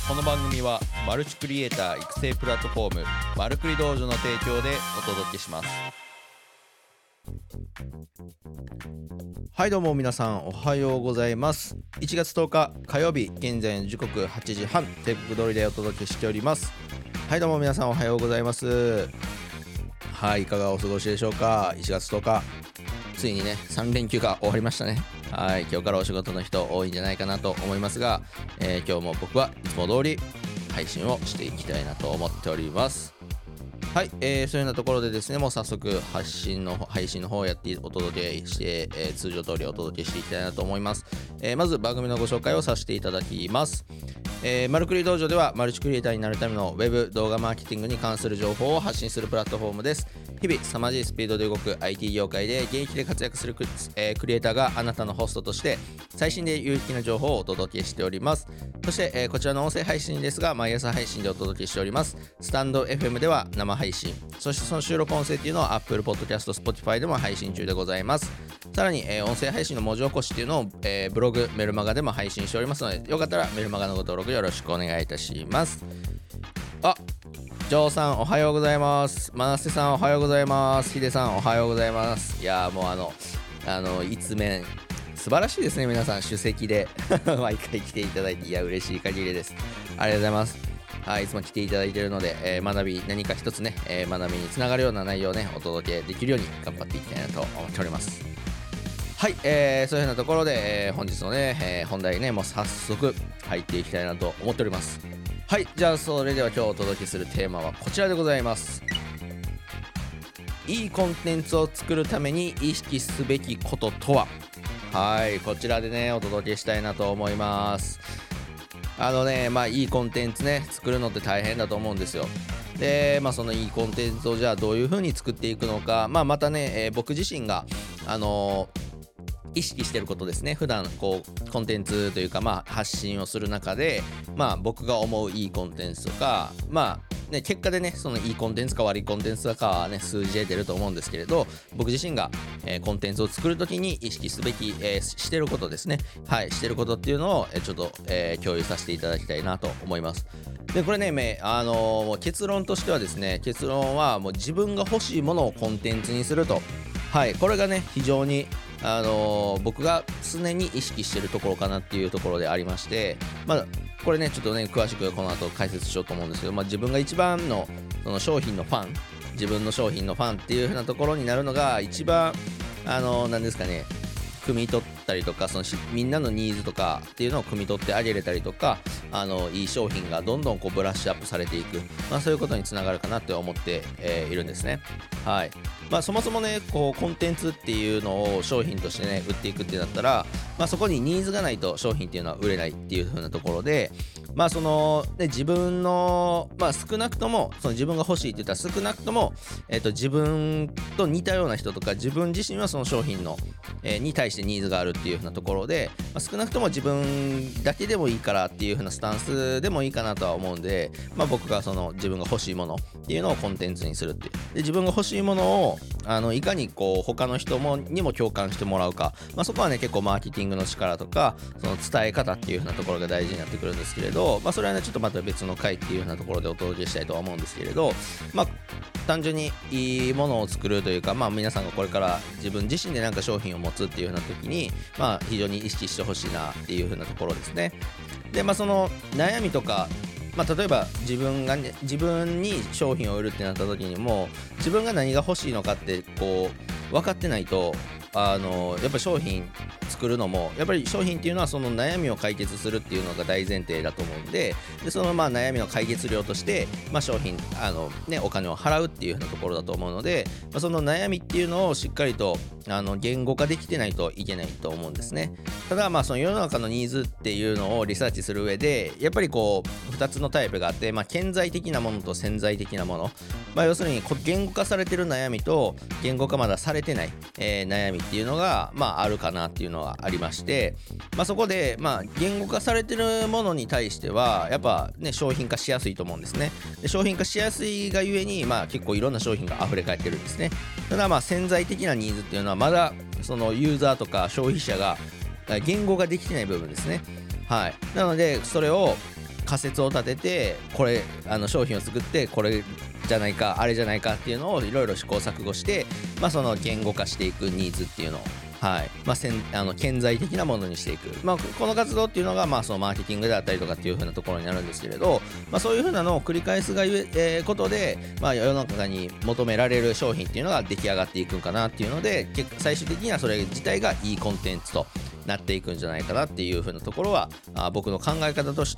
この番組はマルチクリエイター育成プラットフォームマルクリ道場の提供でお届けします。はい、どうも皆さんおはようございます。1月10日火曜日、現在時刻8時半、定刻通りでお届けしております。はい、どうも皆さんおはようございます。はい、いかがお過ごしでしょうか。1月10日、ついにね3連休が終わりましたね。はい、今日からお仕事の人多いんじゃないかなと思いますが、今日も僕はいつも通り配信をしていきたいなと思っております。はい、そういうようなところでですね、もう早速配信の方をやってお届けして、通常通りお届けしていきたいなと思います。まず番組のご紹介をさせていただきます。マルクリ道場ではマルチクリエイターになるためのウェブ動画マーケティングに関する情報を発信するプラットフォームです。日々凄まじいスピードで動く IT 業界で現役で活躍するクリエイターがあなたのホストとして最新で有益な情報をお届けしております。そして、こちらの音声配信ですが毎朝配信でお届けしております。スタンド FM では生配信、そしてその収録音声っていうのを Apple Podcast、Spotify でも配信中でございます。さらに、音声配信の文字起こしっていうのを、ブログ、メルマガでも配信しておりますので、よかったらメルマガのご登録よろしくお願いいたします。ジョーさんおはようございます。マナステさんおはようございます。ヒデさんおはようございます。いやもう一面素晴らしいですね。皆さん首席で毎回来ていただいて、いや嬉しい限りです。ありがとうございます。はい、いつも来ていただいているので、何か一つね、学びにつながるような内容をねお届けできるように頑張っていきたいなと思っております。はい、そういうようなところで、本日のね、本題ねもう早速入っていきたいなと思っております。はい、じゃあそれでは今日お届けするテーマはこちらでございます。いいコンテンツを作るために意識すべきこととは。はい、こちらでねお届けしたいなと思います。いいコンテンツね作るのって大変だと思うんですよ。で、そのいいコンテンツをじゃあどういう風に作っていくのか、またね、僕自身が意識してることですね。普段こうコンテンツというか発信をする中で僕が思ういいコンテンツとか結果でねそのいいコンテンツか悪いコンテンツかはね数字で出ると思うんですけれど、僕自身が、コンテンツを作るときに意識すべき、してることですね。はい、してることっていうのをちょっと、共有させていただきたいなと思います。でこれね、結論としてはですね、結論はもう自分が欲しいものをコンテンツにすると。はい、これがね非常に僕が常に意識してるところかなっていうところでありまして、これねちょっとね詳しくこの後解説しようと思うんですけど、自分が一番のその商品のファン、自分の商品のファンっていう風なところになるのが一番何ですかね、汲み取ったりとかみんなのニーズとかっていうのを汲み取ってあげれたりとか、いい商品がどんどんこうブラッシュアップされていく、そういうことにつながるかなって思って、いるんですね。はい、そもそもねこうコンテンツっていうのを商品としてね売っていくってなったら、そこにニーズがないと商品っていうのは売れないっていう風なところで、自分の少なくともその自分が欲しいって言ったら少なくとも、自分と似たような人とか自分自身はその商品の、に対してニーズがあるっていう風なところで、少なくとも自分だけでもいいからっていう風なスタンスでもいいかなとは思うんで、僕がその自分が欲しいものっていうのをコンテンツにするっていう。で自分が欲しいものをいかにこう他の人にも共感してもらうか、そこはね結構マーケティングの力とかその伝え方っていう風なところが大事になってくるんですけれど、それはねちょっとまた別の回っていう風なところでお届けしたいとは思うんですけれど、単純にいいものを作るというか、皆さんがこれから自分自身でなんか商品を持つっていう風な時に非常に意識してほしいなっていう風なところですね。でその悩みとか例えば自分に商品を売るってなった時にも自分が何が欲しいのかってこう分かってないとやっぱり商品作るのもやっぱり商品っていうのはその悩みを解決するっていうのが大前提だと思うんで、その悩みの解決料として商品お金を払うっていうようなところだと思うので、その悩みっていうのをしっかりと言語化できてないといけないと思うんですね。ただその世の中のニーズっていうのをリサーチする上でやっぱりこう2つのタイプがあって、顕在的なものと潜在的なもの、要するに言語化されてる悩みと言語化まだされてない、悩みっていうのがあるかなっていうのはありまして、そこで言語化されてるものに対してはやっぱね商品化しやすいと思うんですね。で商品化しやすいがゆえに結構いろんな商品が溢れ返ってるんですね。ただ潜在的なニーズっていうのはまだそのユーザーとか消費者が言語ができてない部分ですね。はい、なのでそれを仮説を立てて、これ商品を作ってこれじゃないかあれじゃないかっていうのをいろいろ試行錯誤して、その言語化していくニーズっていうのを、顕在的なものにしていく、この活動っていうのが、そのマーケティングであったりとかっていう風なところになるんですけれど、そういう風なのを繰り返すことで、世の中に求められる商品っていうのが出来上がっていくんかなっていうので、最終的にはそれ自体がいいコンテンツとなっていくんじゃないかなっていう風なところは僕の考え方として、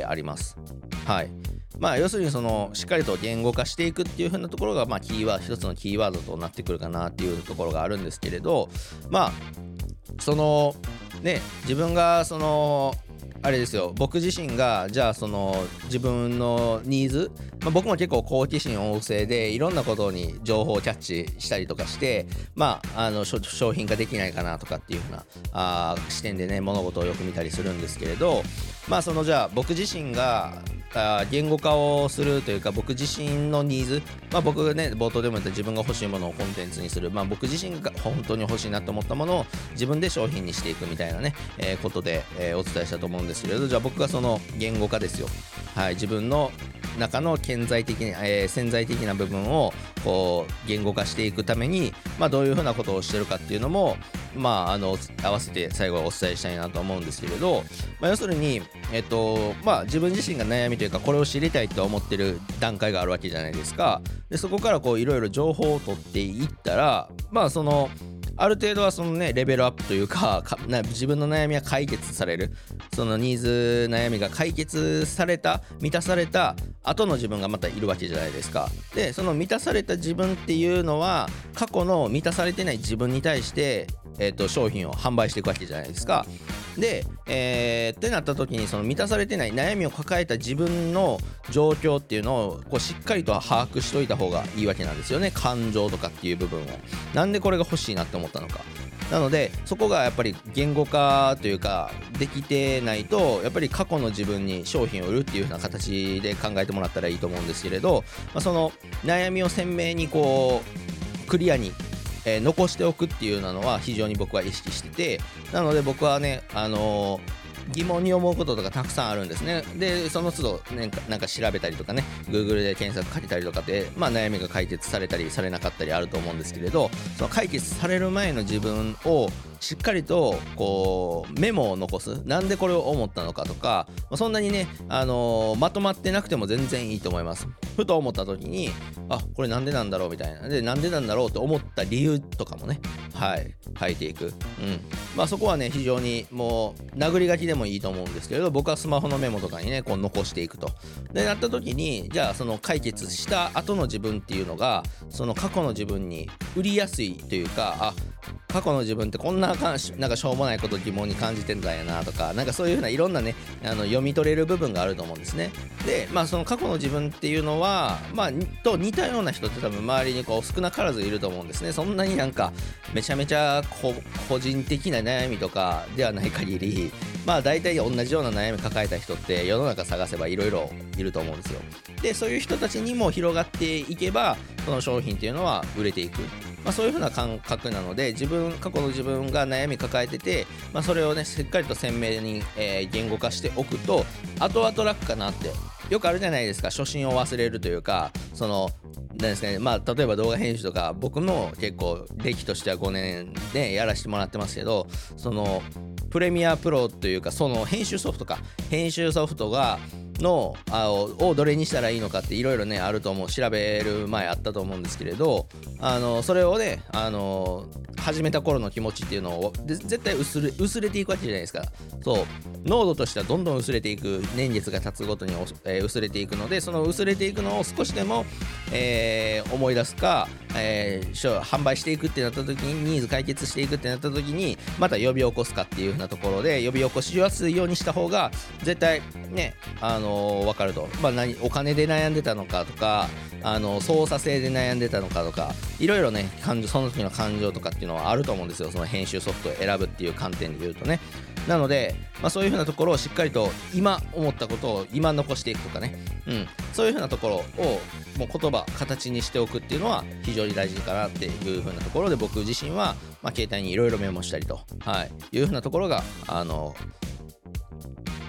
あります。はい。要するにそのしっかりと言語化していくっていう風なところが一つのキーワードとなってくるかなっていうところがあるんですけれど、そのね、自分がそのあれですよ、僕自身がじゃあその自分のニーズ、僕も結構好奇心旺盛でいろんなことに情報をキャッチしたりとかして、商品化できないかなとかっていう風な視点でね、物事をよく見たりするんですけれど、そのじゃあ僕自身が言語化をするというか、僕自身のニーズ、僕がね冒頭でも言った自分が欲しいものをコンテンツにする、僕自身が本当に欲しいなと思ったものを自分で商品にしていくみたいなね、ことで、お伝えしたと思うんですけれど、じゃあ僕がその言語化ですよ。はい、自分の中の潜在的な部分をこう言語化していくために、どういうふうなことをしてるかっていうのも合わせて最後はお伝えしたいなと思うんですけれど、要するに自分自身が悩みというか、これを知りたいと思ってる段階があるわけじゃないですか。でそこからこういろいろ情報を取っていったら、そのある程度はそのねレベルアップというか、自分の悩みが解決される、そのニーズ悩みが解決された満たされた後の自分がまたいるわけじゃないですか。でその満たされた自分っていうのは過去の満たされてない自分に対して、商品を販売していくわけじゃないですか。で、ってなった時に、その満たされてない悩みを抱えた自分の状況っていうのをこうしっかりと把握しといた方がいいわけなんですよね。感情とかっていう部分を、なんでこれが欲しいなって思ったのか。なのでそこがやっぱり言語化というかできてないと、やっぱり過去の自分に商品を売るっていう風な形で考えてもらったらいいと思うんですけれど、その悩みを鮮明にこうクリアに残しておくっていうのは非常に僕は意識してて、なので僕はね疑問に思うこととかたくさんあるんですね。でその都度、なんか調べたりとかね、 Google で検索かけたりとかで、悩みが解決されたりされなかったりあると思うんですけれど、その解決される前の自分をしっかりとこうメモを残す、なんでこれを思ったのかとか、そんなにね、まとまってなくても全然いいと思います。ふと思った時にこれなんでなんだろうみたいな、でなんでなんだろうと思った理由とかもね、書いていく。そこはね非常にもう殴り書きでもいいと思うんですけれど、僕はスマホのメモとかにねこう残していくと。でなった時に、じゃあその解決した後の自分っていうのがその過去の自分に売りやすいというか、過去の自分ってこんななんかしょうもないこと疑問に感じてんだよなとか、なんかそういうふうないろんなね読み取れる部分があると思うんですね。でその過去の自分っていうのはと似たような人って多分周りにこう少なからずいると思うんですね。そんなになんかめちゃめちゃ個人的な悩みとかではない限り、大体同じような悩み抱えた人って世の中探せばいろいろいると思うんですよ。でそういう人たちにも広がっていけば、その商品っていうのは売れていく。そういう風な感覚なので、過去の自分が悩み抱えてて、それをねしっかりと鮮明に、言語化しておくと後々楽かなって。よくあるじゃないですか、初心を忘れるというか、そのなんですかね、例えば動画編集とか、僕も結構歴としては5年でやらせてもらってますけど、そのプレミアプロというか、その編集ソフトがをどれにしたらいいのかっていろいろねあると思う、調べる前あったと思うんですけれど、それをね始めた頃の気持ちっていうのを絶対薄れていくわけじゃないですか。そう濃度としてはどんどん薄れていく、年月が経つごとに、薄れていくので、その薄れていくのを少しでも、思い出すか、販売していくってなった時に、ニーズ解決していくってなった時にまた呼び起こすかっていう風なところで、呼び起こしやすいようにした方が絶対ね分かると。お金で悩んでたのかとか、操作性で悩んでたのかとか、いろいろねその時の感情とかっていうのはあると思うんですよ。その編集ソフトを選ぶっていう観点で言うとね。なので、そういう風なところをしっかりと今思ったことを今残していくとかね、そういう風なところをもう言葉形にしておくっていうのは非常に大事かなっていう風なところで、僕自身は、携帯にいろいろメモしたりと、いう風なところが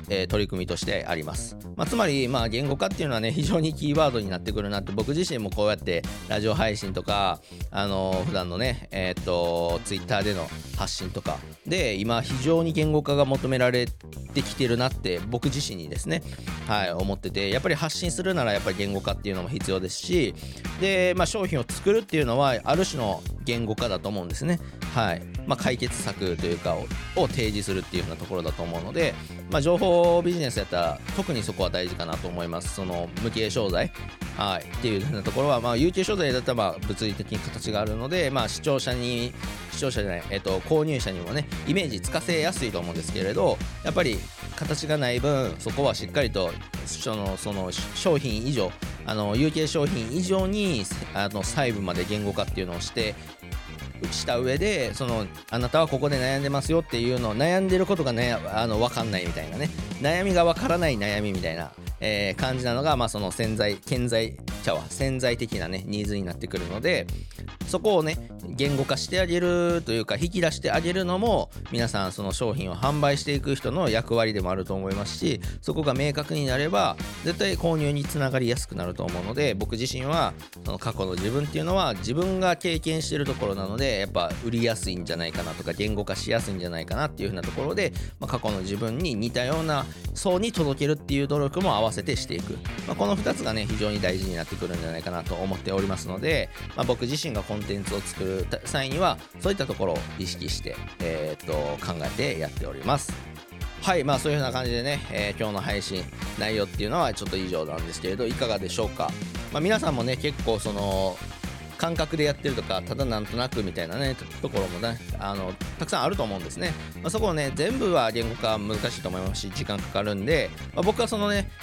取り組みとしてあります。つまり言語化っていうのはね非常にキーワードになってくるなって、僕自身もこうやってラジオ配信とか普段のねツイッターでの発信とかで今非常に言語化が求められてきてるなって僕自身にですね思ってて、やっぱり発信するならやっぱり言語化っていうのも必要ですし、で商品を作るっていうのはある種の言語化だと思うんですね。解決策というかを提示するっていうようなところだと思うので、情報ビジネスやったら特にそこは大事かなと思います。その無形商材っていうようなところは、有形商材だったら物理的に形があるので、購入者にもねイメージつかせやすいと思うんですけれど、やっぱり形がない分そこはしっかりとその商品以上有形商品以上に細部まで言語化っていうのをした上で、あなたはここで悩んでますよっていうのを、悩んでることがね分かんないみたいなね、悩みが分からない悩みみたいな、感じなのがその潜在的なねニーズになってくるので、そこをね言語化してあげるというか引き出してあげるのも皆さんその商品を販売していく人の役割でもあると思いますし、そこが明確になれば絶対購入につながりやすくなると思うので、僕自身はその過去の自分っていうのは自分が経験しているところなので、やっぱ売りやすいんじゃないかなとか言語化しやすいんじゃないかなっていう風なところで、過去の自分に似たような層に届けるっていう努力も合わせてしていく、この2つがね非常に大事になってくるんじゃないかなと思っておりますので、僕自身がコンテンツを作る際にはそういったところを意識して、考えてやっております。そういう風な感じでね、今日の配信内容っていうのはちょっと以上なんですけれど、いかがでしょうか。皆さんもね結構その感覚でやってるとか、ただなんとなくみたいなねところもねたくさんあると思うんですね。そこをね全部は言語化難しいと思いますし時間かかるんで、僕はそのね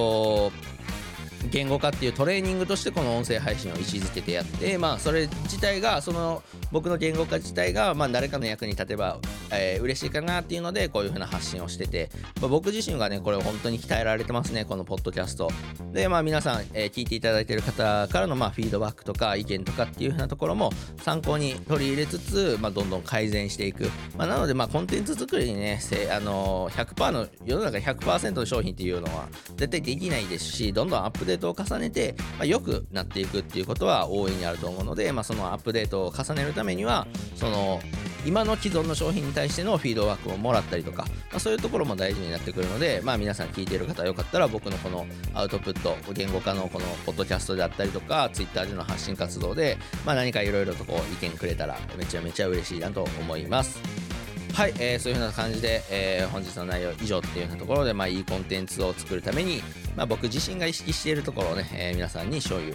言語化っていうトレーニングとしてこの音声配信を位置づけてやって、それ自体が僕の言語化自体が誰かの役に立てば、嬉しいかなっていうのでこういう風な発信をしてて、僕自身がねこれ本当に鍛えられてますね、このポッドキャストで。皆さん、聞いていただいている方からのフィードバックとか意見とかっていう風なところも参考に取り入れつつ、どんどん改善していく、なのでコンテンツ作りにね100% の世の中 100% の商品っていうのは絶対できないですし、どんどんアップデートを重ねて、良くなっていくっていうことは大いにあると思うので、そのアップデートを重ねるためにはその今の既存の商品に対してのフィードバックをもらったりとか、そういうところも大事になってくるので、皆さん聞いている方よかったら僕のこのアウトプット言語化のこのポッドキャストであったりとかツイッターでの発信活動で、何かいろいろと意見くれたらめちゃめちゃ嬉しいなと思います。そういう風な感じで、本日の内容以上っていうようなところで、いいコンテンツを作るために、僕自身が意識しているところをね、皆さんにシェ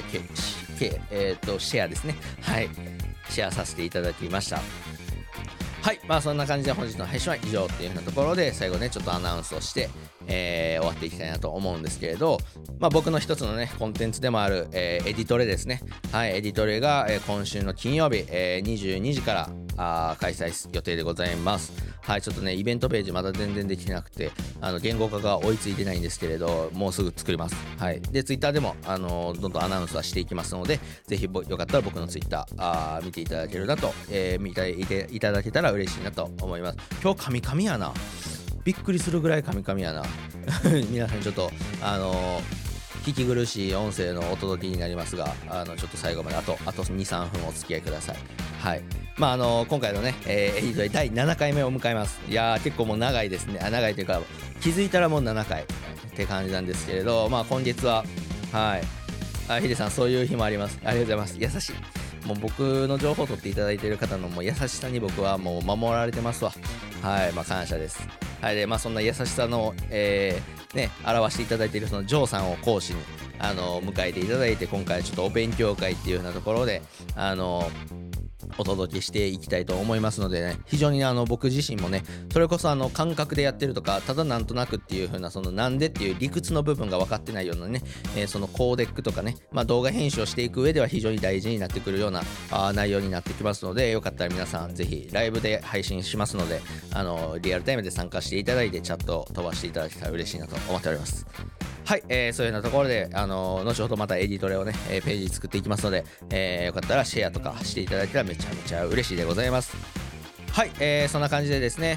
アですね、シェアさせていただきました。そんな感じで本日の配信は以上っていう風なところで、最後ねちょっとアナウンスをして、終わっていきたいなと思うんですけれど、僕の一つのねコンテンツでもある、エディトレですね。エディトレが、今週の金曜日、22時から開催予定でございます。ちょっとねイベントページまだ全然できてなくて言語化が追いついてないんですけれど、もうすぐ作ります。でツイッターでもどんどんアナウンスはしていきますので、ぜひよかったら僕のツイッター見ていただけるなと、見ていただけたら嬉しいなと思います。今日神々やな、びっくりするぐらい神々やな皆さんちょっと聞き苦しい音声のお届けになりますが、ちょっと最後まであと 2,3 分お付き合いください。今回のね、エディトレ第7回目を迎えます。いやー結構もう長いですね。長いというか気づいたらもう7回って感じなんですけれど、今月はヒデさんそういう日もあります。ありがとうございます。優しい。もう僕の情報を取っていただいている方のもう優しさに僕はもう守られてますわ。感謝です。でそんな優しさの、表していただいているそのジョーさんを講師に迎えていただいて、今回ちょっとお勉強会っていうようなところでお届けしていきたいと思いますのでね、非常に僕自身もねそれこそ感覚でやってるとか、ただなんとなくっていう風なそのなんでっていう理屈の部分が分かってないようなね、そのコーデックとかね、動画編集をしていく上では非常に大事になってくるような内容になってきますので、よかったら皆さんぜひライブで配信しますのでリアルタイムで参加していただいてチャットを飛ばしていただけたら嬉しいなと思っております。そういうようなところで後ほどまたエディトレをね、ページ作っていきますので、よかったらシェアとかしていただけたらめちゃめちゃ嬉しいでございます。そんな感じでですね、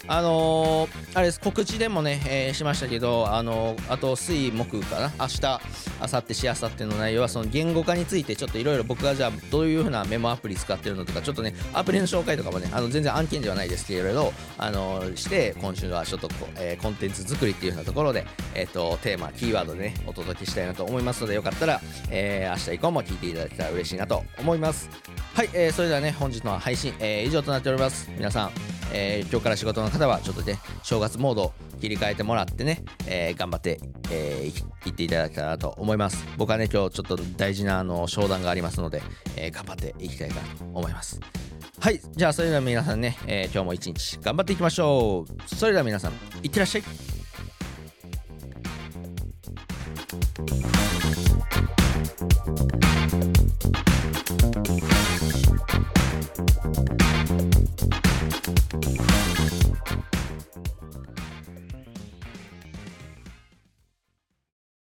あれです、告知でもね、しましたけど、あと水木かな、明日明後日しあさっての内容はその言語化についてちょっといろいろ僕がじゃあどういう風なメモアプリ使ってるのとか、ちょっとねアプリの紹介とかもね全然案件ではないですけれどして今週はちょっとコンテンツ作りっていうようなところでテーマキーワードでねお届けしたいなと思いますので、よかったら明日以降も聞いていただけたら嬉しいなと思います。はい、それではね本日の配信、以上となっております。皆さん、今日から仕事の方はちょっとね正月モードを切り替えてもらってね、頑張って、いっていただけたらなと思います。僕はね今日ちょっと大事な商談がありますので、頑張っていきたいなと思います。はい、じゃあそれでは皆さんね、今日も一日頑張っていきましょう。それでは皆さんいってらっしゃい。